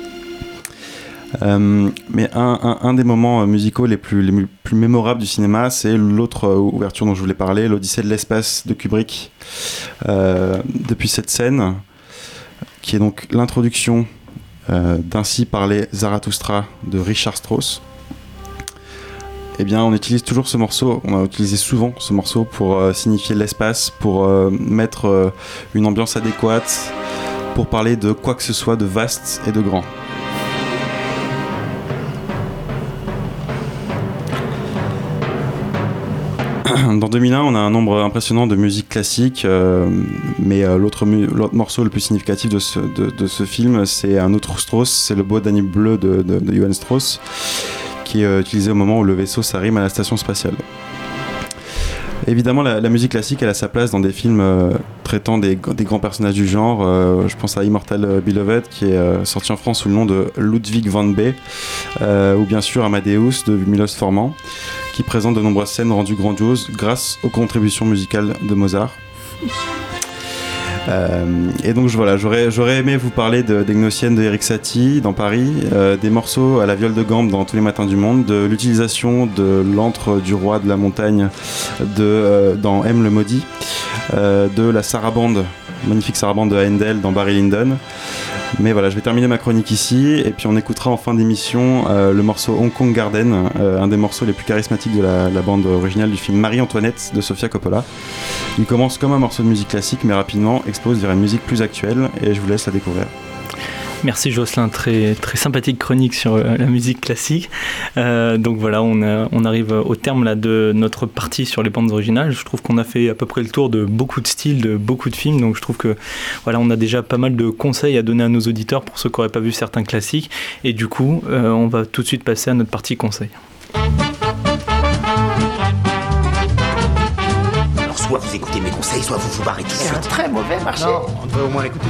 Mais un des moments musicaux les plus mémorables du cinéma, c'est l'autre ouverture dont je voulais parler, l'Odyssée de l'espace de Kubrick. Depuis cette scène, qui est donc l'introduction d'Ainsi parlait Zarathustra de Richard Strauss, eh bien on utilise toujours ce morceau, on a utilisé souvent ce morceau pour signifier l'espace, pour mettre une ambiance adéquate, pour parler de quoi que ce soit de vaste et de grand. Dans 2001, on a un nombre impressionnant de musique classique, mais l'autre morceau le plus significatif de ce film, c'est un autre Strauss, c'est le Beau Danube bleu de Johann Strauss, qui est utilisé au moment où le vaisseau s'arrime à la station spatiale. Évidemment, la musique classique, elle a sa place dans des films traitant des grands personnages du genre. Je pense à Immortal Beloved, qui est sorti en France sous le nom de Ludwig van Beek, ou bien sûr Amadeus de Milos Forman, qui présente de nombreuses scènes rendues grandioses grâce aux contributions musicales de Mozart. Et donc voilà, j'aurais aimé vous parler des Gnossiennes de Erik Satie dans Paris, des morceaux à la viole de gambe dans Tous les matins du monde, de l'utilisation de l'antre du roi de la montagne dans M le maudit, de la sarabande, magnifique sarabande de Handel dans Barry Lyndon. Mais voilà, je vais terminer ma chronique ici, et puis on écoutera en fin d'émission le morceau Hong Kong Garden, un des morceaux les plus charismatiques de la bande originale du film Marie-Antoinette de Sofia Coppola. Il commence comme un morceau de musique classique, mais rapidement explose vers une musique plus actuelle, et je vous laisse la découvrir. Merci Jocelyn, très, très sympathique chronique sur la musique classique. Donc voilà, on arrive au terme là, de notre partie sur les bandes originales. Je trouve qu'on a fait à peu près le tour de beaucoup de styles, de beaucoup de films. Donc je trouve que voilà, on a déjà pas mal de conseils à donner à nos auditeurs pour ceux qui n'auraient pas vu certains classiques. Et du coup, on va tout de suite passer à notre partie conseils. soit vous écoutez mes conseils, soit vous vous barrez tout de suite. C'est un très mauvais marché. Non, on devrait au moins l'écouter.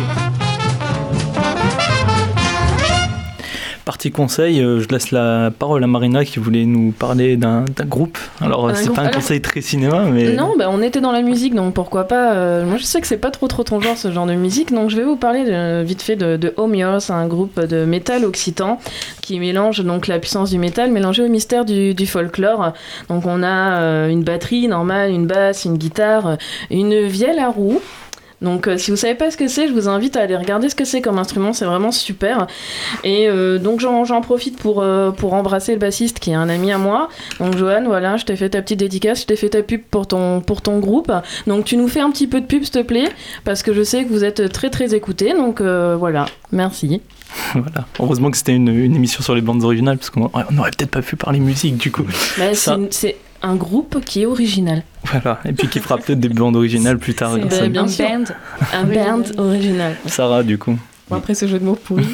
Partie conseil, je laisse la parole à Marina qui voulait nous parler d'un groupe. Alors, c'est pas un conseil très cinéma, mais... Non, on était dans la musique, donc pourquoi pas. Moi, je sais que c'est pas trop ton genre, ce genre de musique, donc je vais vous parler vite fait de Home Yours, un groupe de métal occitan qui mélange donc la puissance du métal mélangée au mystère du folklore. Donc, on a une batterie normale, une basse, une guitare, une vielle à roue. Donc si vous savez pas ce que c'est, je vous invite à aller regarder ce que c'est comme instrument, c'est vraiment super. Et donc j'en profite pour embrasser le bassiste qui est un ami à moi. Donc Johan, voilà, je t'ai fait ta petite dédicace, je t'ai fait ta pub pour ton groupe. Donc tu nous fais un petit peu de pub s'il te plaît, parce que je sais que vous êtes très très écoutés. Donc voilà, merci. Voilà. Heureusement que c'était une émission sur les bandes originales, parce qu'on n'aurait peut-être pas pu parler musique du coup. C'est un groupe qui est original. Voilà, et puis qui fera peut-être des bandes originales plus tard. Bien sûr. Un band original. Sarah, du coup. Bon, après ce jeu de mots pourri.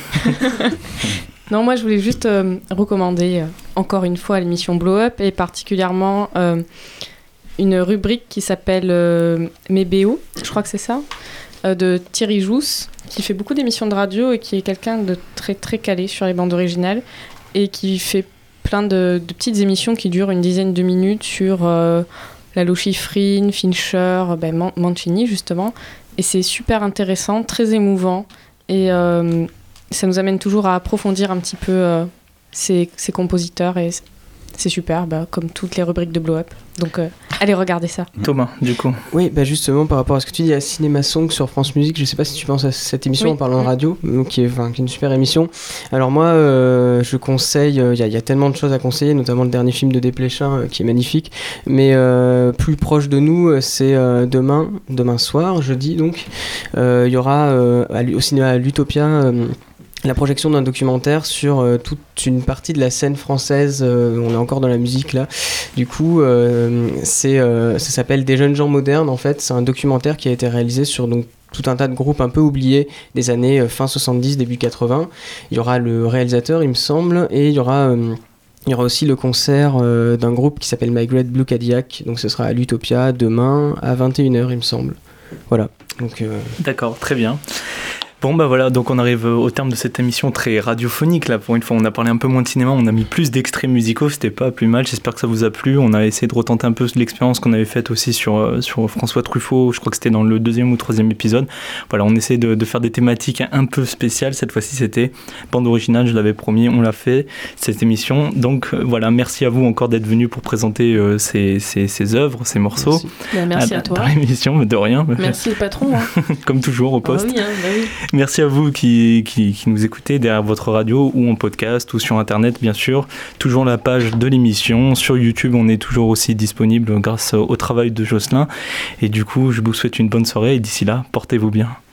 Non, moi je voulais juste recommander encore une fois l'émission Blow Up, et particulièrement une rubrique qui s'appelle Mes BO, je crois que c'est ça, de Thierry Jousse, qui fait beaucoup d'émissions de radio et qui est quelqu'un de très très calé sur les bandes originales et qui fait plein de petites émissions qui durent une dizaine de minutes sur Lalo Schifrin, Fincher, Mancini justement, et c'est super intéressant, très émouvant, et ça nous amène toujours à approfondir un petit peu ces compositeurs, et c'est super, comme toutes les rubriques de Blow Up. Donc allez regarder ça. Thomas, du coup. Oui, justement par rapport à ce que tu dis à Cinéma Song sur France Musique, je sais pas si tu penses à cette émission en parlant de radio, qui est une super émission. Alors moi, je conseille, il y a tellement de choses à conseiller, notamment le dernier film de Desplechin qui est magnifique, mais plus proche de nous, c'est demain soir, jeudi donc, il y aura au cinéma l'Utopia la projection d'un documentaire sur toute une partie de la scène française. On est encore dans la musique là. Du coup, ça s'appelle Des jeunes gens modernes. En fait, c'est un documentaire qui a été réalisé sur donc tout un tas de groupes un peu oubliés des années fin 70, début 80. Il y aura le réalisateur, il me semble, et il y aura aussi le concert d'un groupe qui s'appelle My Great Blue Cadillac. Donc ce sera à l'Utopia demain à 21h, il me semble. Voilà. Donc, D'accord, très bien. Bon voilà, donc on arrive au terme de cette émission très radiophonique là. Pour une fois, on a parlé un peu moins de cinéma, on a mis plus d'extraits musicaux, c'était pas plus mal. J'espère que ça vous a plu. On a essayé de retenter un peu l'expérience qu'on avait faite aussi sur François Truffaut. Je crois que c'était dans le 2e ou 3e épisode. Voilà, on essaie de faire des thématiques un peu spéciales. Cette fois-ci, c'était bande originale. Je l'avais promis, on l'a fait cette émission. Donc voilà, merci à vous encore d'être venus pour présenter ces œuvres, ces morceaux. Merci à toi. Dans l'émission, de rien. Merci le patron. Comme toujours au poste. Ah oui. Merci à vous qui nous écoutez derrière votre radio ou en podcast ou sur internet bien sûr. Toujours la page de l'émission. Sur YouTube, on est toujours aussi disponible grâce au travail de Jocelyn. Et du coup, je vous souhaite une bonne soirée et d'ici là, portez-vous bien.